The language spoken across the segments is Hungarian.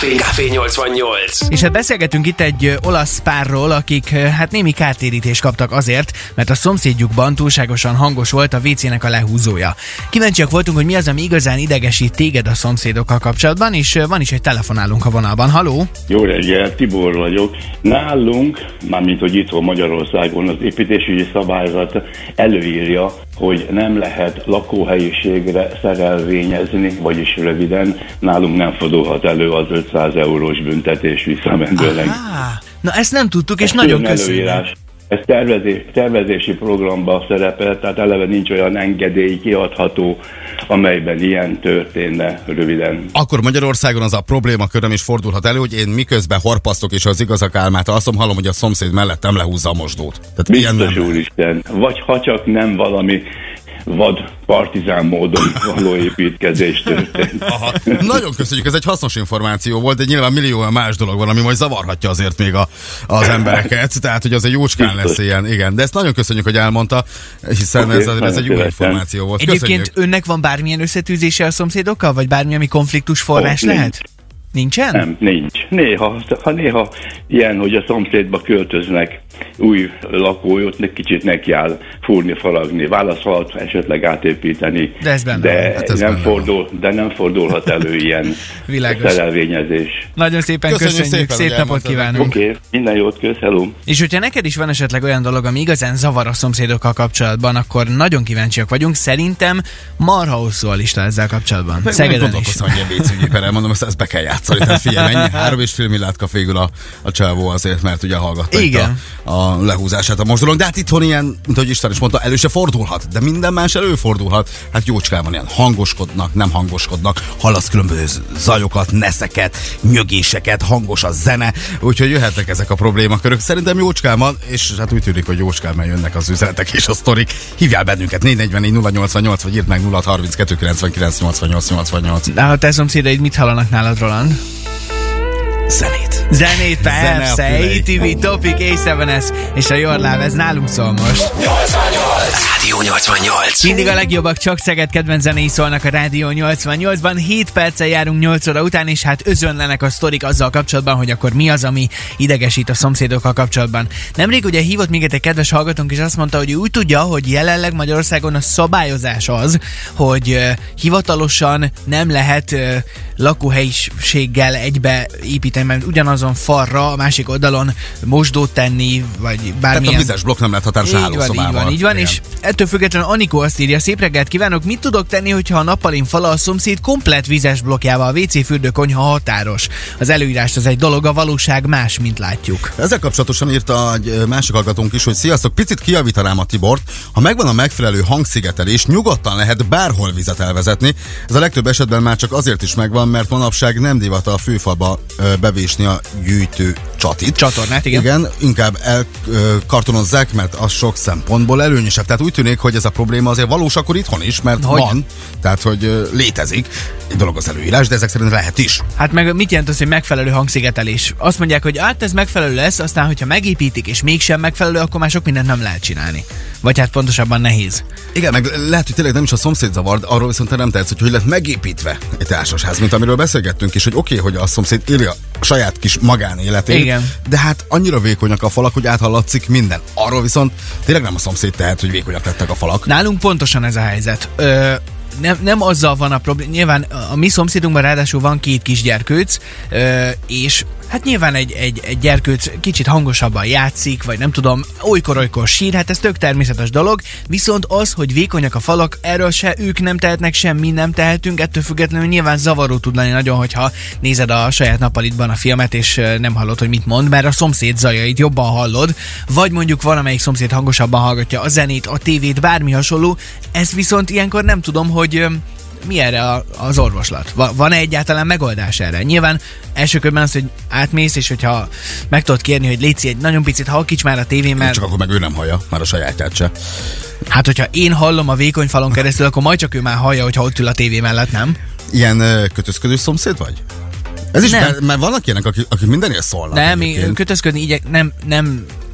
Café 88. És hát beszélgetünk itt egy olasz párról, akik hát némi kártérítést kaptak azért, mert a szomszédjukban túlságosan hangos volt a WC-nek a lehúzója. Kíváncsiak voltunk, hogy mi az, ami igazán idegesít téged a szomszédokkal kapcsolatban, és van is egy telefonálunk a vonalban. Haló? Jó reggel, Tibor vagyok. Nálunk, mármint hogy itthon Magyarországon az építésügyi szabályzat előírja, hogy nem lehet lakóhelyiségre szerelvényezni, vagyis röviden, nálunk nem fordulhat elő az 500 eurós büntetés visszamenőleg. Na ezt nem tudtuk, és nagyon köszönjük. Ez tervezési programban szerepel, tehát eleve nincs olyan engedély kiadható, amelyben ilyen történne röviden. Akkor Magyarországon az a problémaköröm is fordulhat elő, hogy én miközben horpasztok és az igazak álmát alszom, hallom, hogy a szomszéd mellettem lehúzza a mosdót. Tehát biztos úristen. Vagy ha csak nem valami vad partizán módon való építkezés történt. Aha. Nagyon köszönjük, ez egy hasznos információ volt, de nyilván millió más dolog van, ami majd zavarhatja azért még az embereket, tehát hogy az egy jócskán lesz ilyen, igen. De ezt nagyon köszönjük, hogy elmondta, hiszen ez egy jó információ volt. Egyébként önnek van bármilyen összetűzése a szomszédokkal, vagy bármi, ami konfliktus forrás lehet? Nincsen? Nem, nincs. Néha ilyen, hogy a szomszédba költöznek új lakójót, kicsit neki áll fúrni, faragni, válaszfalat esetleg átépíteni, de nem fordulhat elő ilyen szerelvényezés. Nagyon szépen köszönjük, szép napot kívánunk. Oké, minden jót, hello. És hogyha neked is van esetleg olyan dolog, ami igazán zavar a szomszédokkal kapcsolatban, akkor nagyon kíváncsiak vagyunk. Szerintem marha hosszú a lista ezzel kapcsolatban. Szegeden is. Mondom, ezt be kell játszani. Tehát figyelj, mennyi 3,5 milliárd kap végül a csávó azért, mert ugye hallgatta a lehúzását a mosdolon. De hát itthon ilyen, mint ahogy István is mondta, elő se fordulhat, de minden más előfordulhat. Hát jócskán van ilyen, hangoskodnak, nem hangoskodnak, hallasz különböző zajokat, neszeket, nyögéseket, hangos a zene, úgyhogy jöhetnek ezek a problémakörök. Szerintem jócskán van, és hát úgy tűnik, hogy jócskán jönnek az üzenetek és a sztorik. Hívjál bennünket 444 088, vagy írd meg 0632 99 88 88. De ha te szomszédaid mit hallanak nálad, Roland? Zenét, persze, ATV, Topic, A7S és a Your Love, ez nálunk szól most. 88! Rádió 88! Mindig a legjobbak, csak Szeged kedvenc zenéi szólnak a Rádió 88-ban. 7 perccel járunk 8 óra után, és hát özönlenek a sztorik azzal kapcsolatban, hogy akkor mi az, ami idegesít a szomszédokkal kapcsolatban. Nemrég ugye hívott minket egy kedves hallgatónk, és azt mondta, hogy úgy tudja, hogy jelenleg Magyarországon a szabályozás az, hogy hivatalosan nem lehet lakóhelyiséggel egybe építeni, mert ugyanazon falra a másik oldalon mosdót tenni, vagy bármilyen. Tehát a vizes blokk nem lehet határos hálószobával. Így van, és ettől függetlenül Anikó azt írja, szép reggelt kívánok, mit tudok tenni, hogyha a nappalin fala a szomszéd komplett vizes blokkjával, WC, fürdő, konyha határos. Az előírás az egy dolog, a valóság más, mint látjuk. Ezzel kapcsolatosan írta egy másik hallgatónk is, hogy sziasztok, picit kijavítanám a Tibort, ha megvan a megfelelő hangszigetelés, nyugodtan lehet bárhol vizet elvezetni. Ez a legtöbb esetben már csak azért is megvan, mert manapság nem divat a főfalba bevésni a gyűjtő csatornát, igen. Igen, inkább elkartonozzák, mert az sok szempontból előnyösebb. Tehát úgy tűnik, hogy ez a probléma azért valós akkor itthon is, mert van, tehát hogy létezik. Egy dolog az előírás, de ezek szerint lehet is. Hát meg mit jelent az, hogy megfelelő hangszigetelés? Azt mondják, hogy ez megfelelő lesz, aztán hogyha megépítik és mégsem megfelelő, akkor már sok mindent nem lehet csinálni. Vagy hát pontosabban nehéz. Igen, meg lehet, hogy tényleg nem is a szomszéd zavar, arról viszont te nem tehetsz, hogy lett megépítve egy társasház, mint amiről beszélgettünk, és hogy oké, hogy a szomszéd éli a saját kis magánéletét, igen. De hát annyira vékonyak a falak, hogy áthallatszik minden. Arról viszont tényleg nem a szomszéd tehet, hogy vékonyak lettek a falak. Nálunk pontosan ez a helyzet. Nem azzal van a probléma. Nyilván a mi szomszédunkban ráadásul van 2 kisgyerkőc, és hát nyilván egy gyerkőc kicsit hangosabban játszik, vagy nem tudom, olykor sír, hát ez tök természetes dolog, viszont az, hogy vékonyak a falak, erről se ők nem tehetnek, semmi nem tehetünk, ettől függetlenül nyilván zavaró tud lenni nagyon, hogyha nézed a saját nappalitban a filmet, és nem hallod, hogy mit mond, mert a szomszéd zajait jobban hallod, vagy mondjuk valamelyik szomszéd hangosabban hallgatja a zenét, a tévét, bármi hasonló, ez viszont ilyenkor nem tudom, hogy mi erre az orvoslat? Van-e egyáltalán megoldás erre? Nyilván első körben az, hogy átmész, és hogyha meg tudod kérni, hogy légy egy nagyon picit halkíts már a tévén, mert... Csak akkor meg ő nem hallja, már a sajátját se. Hát, hogyha én hallom a vékony falon keresztül, akkor majd csak ő már hallja, hogyha ott ül a tévé mellett, nem? Ilyen kötözködő szomszéd vagy? Ez is, mert vannak ilyenek, akik mindenért szólnak. Nem, kötözködni így nem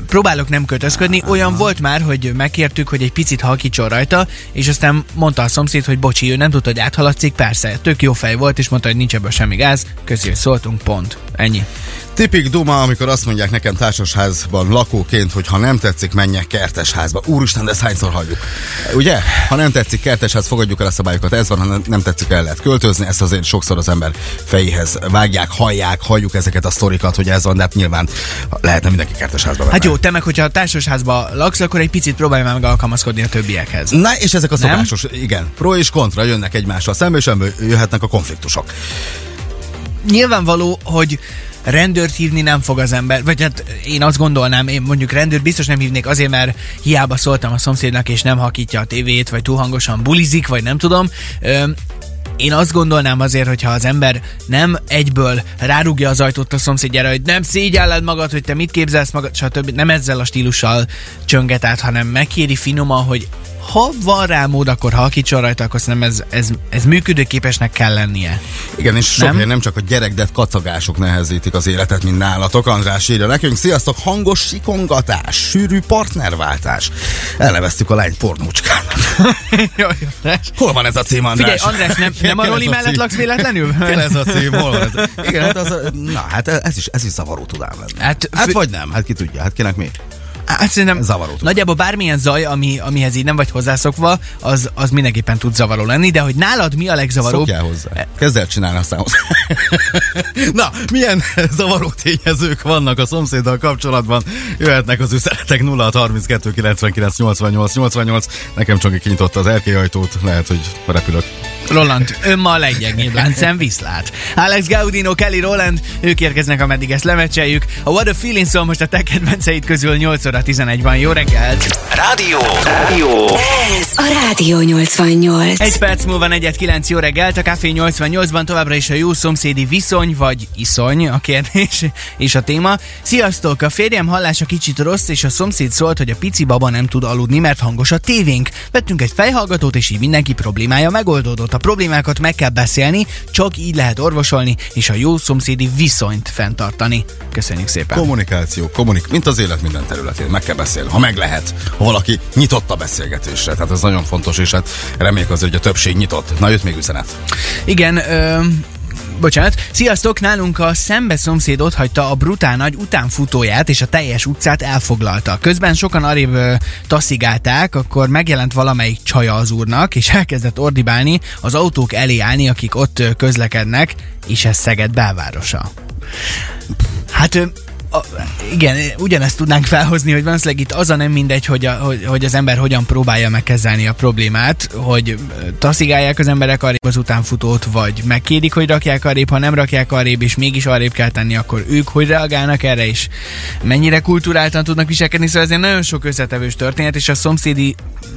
próbálok nem költözködni. Olyan volt már, hogy megkértük, hogy egy picit halkítson rajta, és aztán mondta a szomszéd, hogy bocsi, ő nem tudta, hogy áthaladszik, persze, tök jó fej volt, és mondta, hogy nincs ebből semmi gáz, köszi, hogy szóltunk, pont. Ennyi. Tipik duma, amikor azt mondják nekem társasházban lakóként, hogy ha nem tetszik, menjek kertesházba. Úristen, de ezt hányszor halljuk? Ugye? Ha nem tetszik kertesház, fogadjuk el a szabályokat. Ez van, ha nem tetszik, el lehet költözni. Ezt azért sokszor az ember fejéhez vágják, halljuk ezeket a sztorikat, hogy ez van, de hát nyilván lehetne mindenki kertesházba menni. Hát jó, te meg, hogyha a társasházba laksz, akkor egy picit próbálj meg alkalmazkodni a többiekhez. Na, és ezek a szokásos, igen, pro és kontra jönnek egymással szembe, és ebből jöhetnek a konfliktusok. Nyilvánvaló, hogy rendőrt hívni nem fog az ember, vagy hát én azt gondolnám, én mondjuk rendőrt biztos nem hívnék azért, mert hiába szóltam a szomszédnak, és nem halkítja a tévét, vagy túl hangosan bulizik, vagy nem tudom. Én azt gondolnám azért, hogyha az ember nem egyből rárúgja az ajtót a szomszédjára, hogy nem szégyelled magad, hogy te mit képzelsz magad, stb. Nem ezzel a stílussal csönget át, hanem megkéri finoman, hogy ha van rá mód, akkor halkítson rajta, akkor szerintem ez működőképesnek kell lennie. Igen, és sok helyen nem csak a gyerekdet kacagások nehezítik az életet, mint nálatok. András írja nekünk, sziasztok, hangos sikongatás, sűrű partnerváltás. Elneveztük a lányt pornócskának. Hol van ez a cím, András? Figyelj, András, nem a Roli mellett laksz véletlenül? Kell ez a cím, hol van ez? Igen, hát ez is zavaró tudám lenni. Hát vagy nem, hát ki tudja, hát kinek mi? Hát szerintem nagyjából bármilyen zaj, amihez így nem vagy hozzászokva, az mindenképpen tud zavaró lenni, de hogy nálad mi a legzavaróbb? Szokjál hozzá. Kezd el csinálni, aztán hozzá. Na, milyen zavaró tényezők vannak a szomszéddal kapcsolatban? Jöhetnek az üzenetek 0632 99 88 88. Nekem csak kinyitotta az erkélyajtót, lehet, hogy repülök. Roland, ön ma a leggyengébb viszlát. Alex Gaudino, Kelly Rowland, ők érkeznek, ameddig ezt lemecseljük. A What a Feeling szól most a te kedvenceid közül 8 óra 11 van. Jó reggelt! Rádió! Ez a Rádió 88. Egy perc múlva 4-9, jó reggelt. A Café 88-ban továbbra is a jó szomszédi viszony, vagy iszony a kérdés és a téma. Sziasztok! A férjem hallása kicsit rossz, és a szomszéd szólt, hogy a pici baba nem tud aludni, mert hangos a tévénk. Vettünk egy fejhallgatót, és így mindenki problémája megoldódott. A problémákat meg kell beszélni, csak így lehet orvosolni, és a jó szomszédi viszonyt fenntartani. Köszönjük szépen! Kommunikáció, mint az élet minden területén, meg kell beszélni, ha meg lehet, ha valaki nyitott a beszélgetésre, tehát ez nagyon fontos, és hát reméljük azért, hogy a többség nyitott. Na, jött még üzenet. Igen, bocsánat. Sziasztok, nálunk a szembe szomszéd otthagyta a brutál nagy utánfutóját, és a teljes utcát elfoglalta. Közben sokan arrébb taszigálták, akkor megjelent valamelyik csaja az úrnak, és elkezdett ordibálni, az autók elé állni, akik ott közlekednek, és ez Szeged belvárosa. Hát igen, ugyanezt tudnánk felhozni, hogy valószínűleg itt az a nem mindegy, hogy az ember hogyan próbálja megkezelni a problémát, hogy taszigálják az emberek arrébb az utánfutót, vagy megkérik, hogy rakják arrébb, ha nem rakják arrébb, és mégis arrébb kell tenni, akkor ők hogy reagálnak erre, és mennyire kulturáltan tudnak viselkedni, szóval ezért nagyon sok összetevős történet, és a szomszédi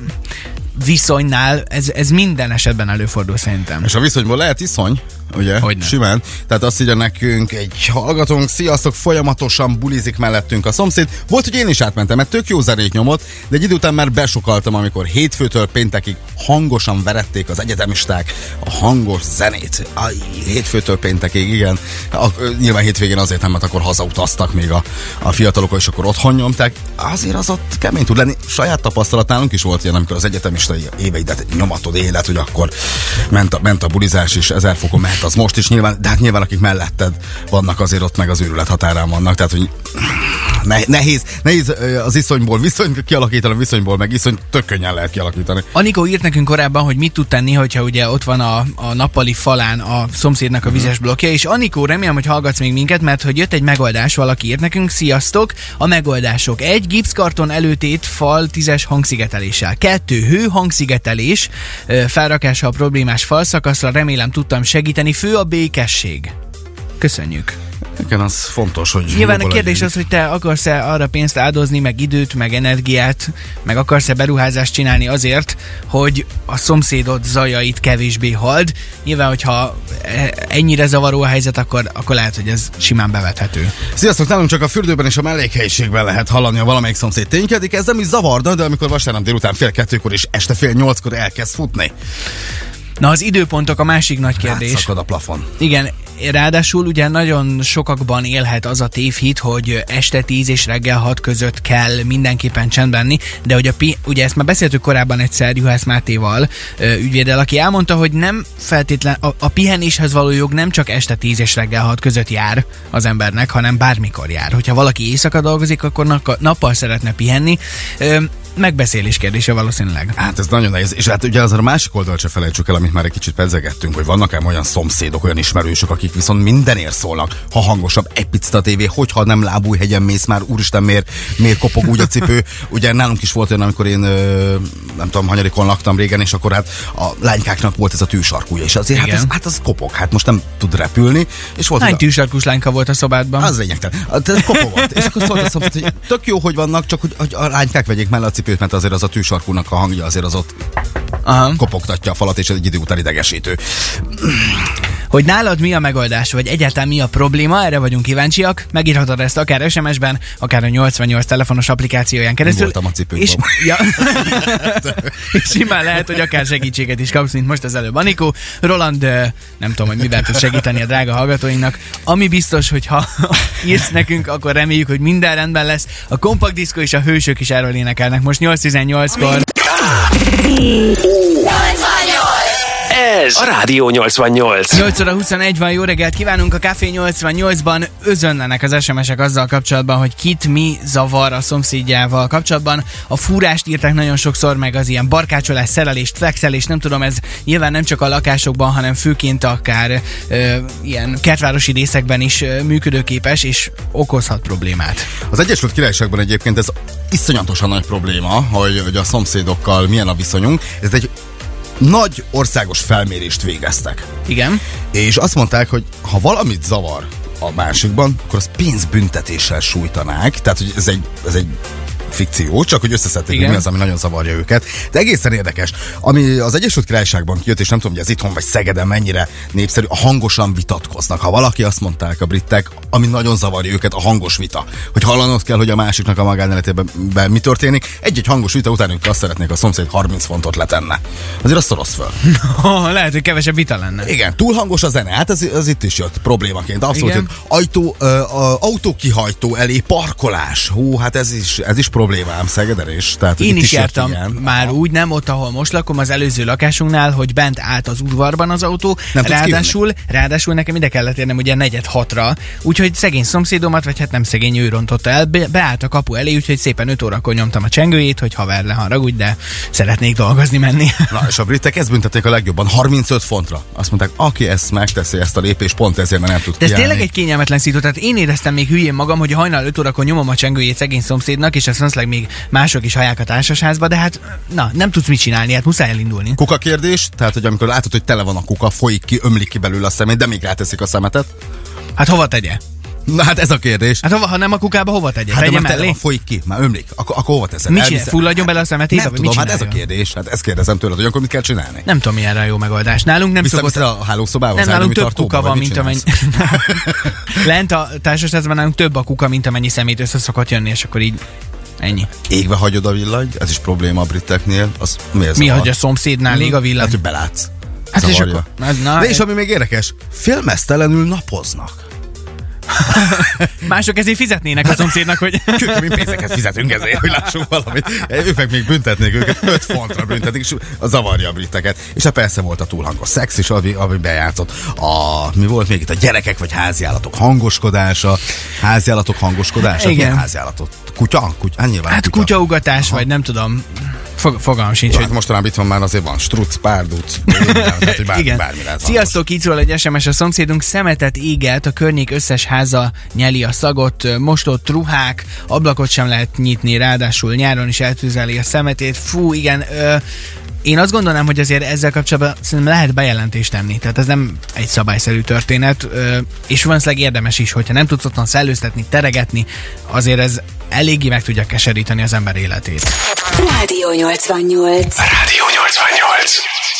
viszonynál ez minden esetben előfordul szerintem. És a viszonyból lehet iszony, ugye? Hogyne. Simán. Tehát azt írja nekünk egy hallgatónk, sziasztok, folyamatosan bulizik mellettünk a szomszéd. Volt, hogy én is átmentem, mert tök jó zenét nyomott, de egy idő után már besokaltam, amikor hétfőtől péntekig hangosan verették az egyetemisták a hangos zenét. Hétfőtől péntekig, igen. Nyilván hétvégén azért nem, mert akkor hazautaztak még a fiatalok, és akkor otthon nyomták. Azért az ott kemény tud lenni. Saját tapasztalat nálunk is volt ilyen, amikor az egyetemistai éveidet nyomatod élet, hogy akkor ment a bulizás, és 1000 fokon mehet az most is nyilván, de hát nyilván akik melletted vannak, azért ott meg az őrület határán vannak, tehát hogy nehéz az iszonyból viszonyt kialakítani, viszonyból meg iszony tök könnyen lehet kialakítani. Anikó írt nekünk korábban, hogy mit tud tenni, hogyha ugye ott van a nappali falán a szomszédnak a vizes blokkja, és Anikó, remélem, hogy hallgatsz még minket, mert hogy jött egy megoldás, valaki írt nekünk, sziasztok, a megoldások: 1 gipszkarton előtét fal 10-es hangszigeteléssel, 2 hő hangszigetelés felrakása a problémás falszakaszra, remélem tudtam segíteni, fő a békesség. Köszönjük. Igen, az fontos, hogy... Nyilván a kérdés az, hogy te akarsz-e arra pénzt áldozni, meg időt, meg energiát, meg akarsz-e beruházást csinálni azért, hogy a szomszédod zajait kevésbé halld. Nyilván, hogyha ennyire zavaró a helyzet, akkor lehet, hogy ez simán bevethető. Sziasztok, nálunk csak a fürdőben és a mellékhelyiségben lehet hallani, ha valamelyik szomszéd ténykedik. Ez nem is zavarna, de amikor vasárnap délután 7:30 és este 7:30 elkezd futni. Na, az időpontok a másik nagy kérdés. Rátszakad a plafon. Igen, ráadásul ugye nagyon sokakban élhet az a tévhit, hogy este 10 és reggel 6 között kell mindenképpen csendben lenni, de hogy ugye ezt már beszéltük korábban egyszer Juhász Mátéval, ügyvéddel, aki elmondta, hogy nem feltétlen a pihenéshez való jog nem csak este 10 és reggel 6 között jár az embernek, hanem bármikor jár. Hogyha valaki éjszaka dolgozik, akkor nappal szeretne pihenni. Megbeszélés kérdése valószínűleg. Hát ez nagyon nehéz. És hát ugye az a másik oldalt se felejtsük el, amit már egy kicsit pedzegettünk, hogy vannak olyan szomszédok, olyan ismerősök, akik viszont mindenért szólnak. Ha hangosabb, egy picit a tévé, hogyha nem Lábújhegyen mész már, úristen, miért kopog úgy a cipő. Ugye nálunk is volt olyan, amikor én nem tudom, hanyadikon laktam régen, és akkor hát a lánykáknak volt ez a tűsarkúja, és azért hát az kopog, hát most nem tud repülni. És volt hány tűsarkús lányka volt a szobádban? Az lényegtelen. Ez kopogott. És akkor szólt a szomszéd, hogy tök jó, hogy vannak, csak hogy a lánykák vegyék mellé a cipőt, mert azért az a tűsarkúnak a hangja azért az ott kopogtatja a falat, és egy idő után idegesítő. Hogy nálad mi a megoldás, vagy egyáltalán mi a probléma, erre vagyunk kíváncsiak. Megírhatod ezt akár SMS-ben, akár a 88 telefonos applikációján keresztül. Voltam a cipőben. És simán lehet, hogy akár segítséget is kapsz, mint most az előbb Anikó. Roland, nem tudom, hogy mivel tud segíteni a drága hallgatóinknak. Ami biztos, hogy ha írsz nekünk, akkor reméljük, hogy minden rendben lesz. A Kompakt Diszkó és a Hősök is erről énekelnek. Most 8:18-kor. Ez a Rádió 88. 8:21 van, jó reggelt kívánunk. A Café 88-ban özönlenek az SMS-ek azzal kapcsolatban, hogy kit mi zavar a szomszédjával kapcsolatban. A fúrást írták nagyon sokszor, meg az ilyen barkácsolás, szerelést, flexelést, nem tudom, ez nyilván nem csak a lakásokban, hanem főként akár ilyen kertvárosi részekben is működőképes, és okozhat problémát. Az Egyesült Királyságban egyébként ez iszonyatosan nagy probléma, hogy a szomszédokkal milyen a viszonyunk. Ez egy nagy országos felmérést végeztek. Igen. És azt mondták, hogy ha valamit zavar a másikban, akkor az pénzbüntetéssel sújtanák. Tehát, hogy ez egy fikció, csak hogy összeszedték, hogy mi az, ami nagyon zavarja őket. De egészen érdekes. Ami az Egyesült Királyságban kijött, és nem tudom, hogy ez itthon vagy Szegeden mennyire népszerű, a hangosan vitatkoznak. Ha valaki azt mondták a britek, ami nagyon zavarja őket, a hangos vita. Hogy hallanod kell, hogy a másiknak a magánéletében mi történik. Egy-egy hangos vita után ők azt szeretnék, a szomszéd 30 fontot letenne. Azért azt szorosz föl. Lehet, hogy kevesebb vita lenne. Igen, túl hangos a zene. Hát ez itt is jött problémaként. Abszolút, hogy autókihajtó elé parkolás. Hú, hát ez is problémám Szegeden is. Tehát, én is jártam már úgy, nem ott, ahol most lakom, az előző lakásunknál, hogy bent állt az udvarban az autó, ráadásul nekem ide kellett érnem ugye 4:06-ra, úgyhogy szegény szomszédomat, vagy hát nem szegény, ő rontotta el, beállt a kapu elé, úgyhogy szépen 5 órakor nyomtam a csengőjét, hogy haver, ne haragudj, de szeretnék dolgozni menni. Na, és a britek ezt büntették a legjobban, 35 fontra. Azt mondták, aki ezt megteszi, ezt a lépést, pont ezért, mert nem tud kiállni. De ez tényleg egy kényelmetlen szitu, tehát én éreztem még hülyén magam, hogy hajnal 5 órakor nyomom a csengőjét szegény szomszédnak, és azt még mások is hallják a társasházba, de hát nem tudsz mit csinálni, hát muszáj elindulni. Kuka kérdés, tehát hogy amikor látod, hogy tele van a kuka, folyik ki, ömlik ki belőle a szemét, de még ráteszik a szemetet. Hát hova tegye? Na hát ez a kérdés. Hát ha nem a kukába, hova tegye? Hát de már tele van, folyik ki, már ömlik, akkor hova teszed? Mit csinál? Fulladjon bele a szemetébe? Nem tudom, hát ez a kérdés, hát ezt kérdezem tőled, hogy akkor mit kell csinálni? Nem tudom, milyen a jó megoldás. Nálunk nem szokott... a hálószobába? Nem, nálunk több kuka van, mint amennyi... Lent a társasházban nálunk több a kuka, mint amennyi szemét össze szokott jönni, és akkor így ennyi. Égve hagyod a villanyt, ez is probléma a briteknél. Az mi, hogy a szomszédnál ég a villany? Hát, hogy belátsz. Hát és akkor, de és ami még érdekes, félmeztelenül napoznak. Mások ezért fizetnének a szomszédnak, hogy... Mi pénzeket fizetünk ezért, hogy lássunk valamit. Ők meg még büntetnék őket, 5 fontra büntetik, és zavarja a briteket. És hát persze volt a túlhangos szex is, ami bejátszott. Mi volt még itt? A gyerekek vagy háziállatok hangoskodása. Háziállatok hangoskodása? Igen. Milyen háziállatot? Kutya? Hát kutyaugatás, vagy nem tudom. Fogalmam sincs, hogy... Mostanában itt van már azért van struc, párduc, bármi lehet. Sziasztok, így szól egy SMS, a szomszédunk szemetet égelt, a környék összes háza nyeli a szagot, mostott ruhák, ablakot sem lehet nyitni, ráadásul nyáron is eltűzeli a szemetét. Fú, igen, én azt gondolnám, hogy azért ezzel kapcsolatban szerintem lehet bejelentést tenni. Tehát ez nem egy szabályszerű történet, és valószínűleg érdemes is, hogyha nem tudsz otthon szellőztetni, teregetni, azért ez eléggé meg tudja keseríteni az ember életét. Rádió 88. Rádió 88.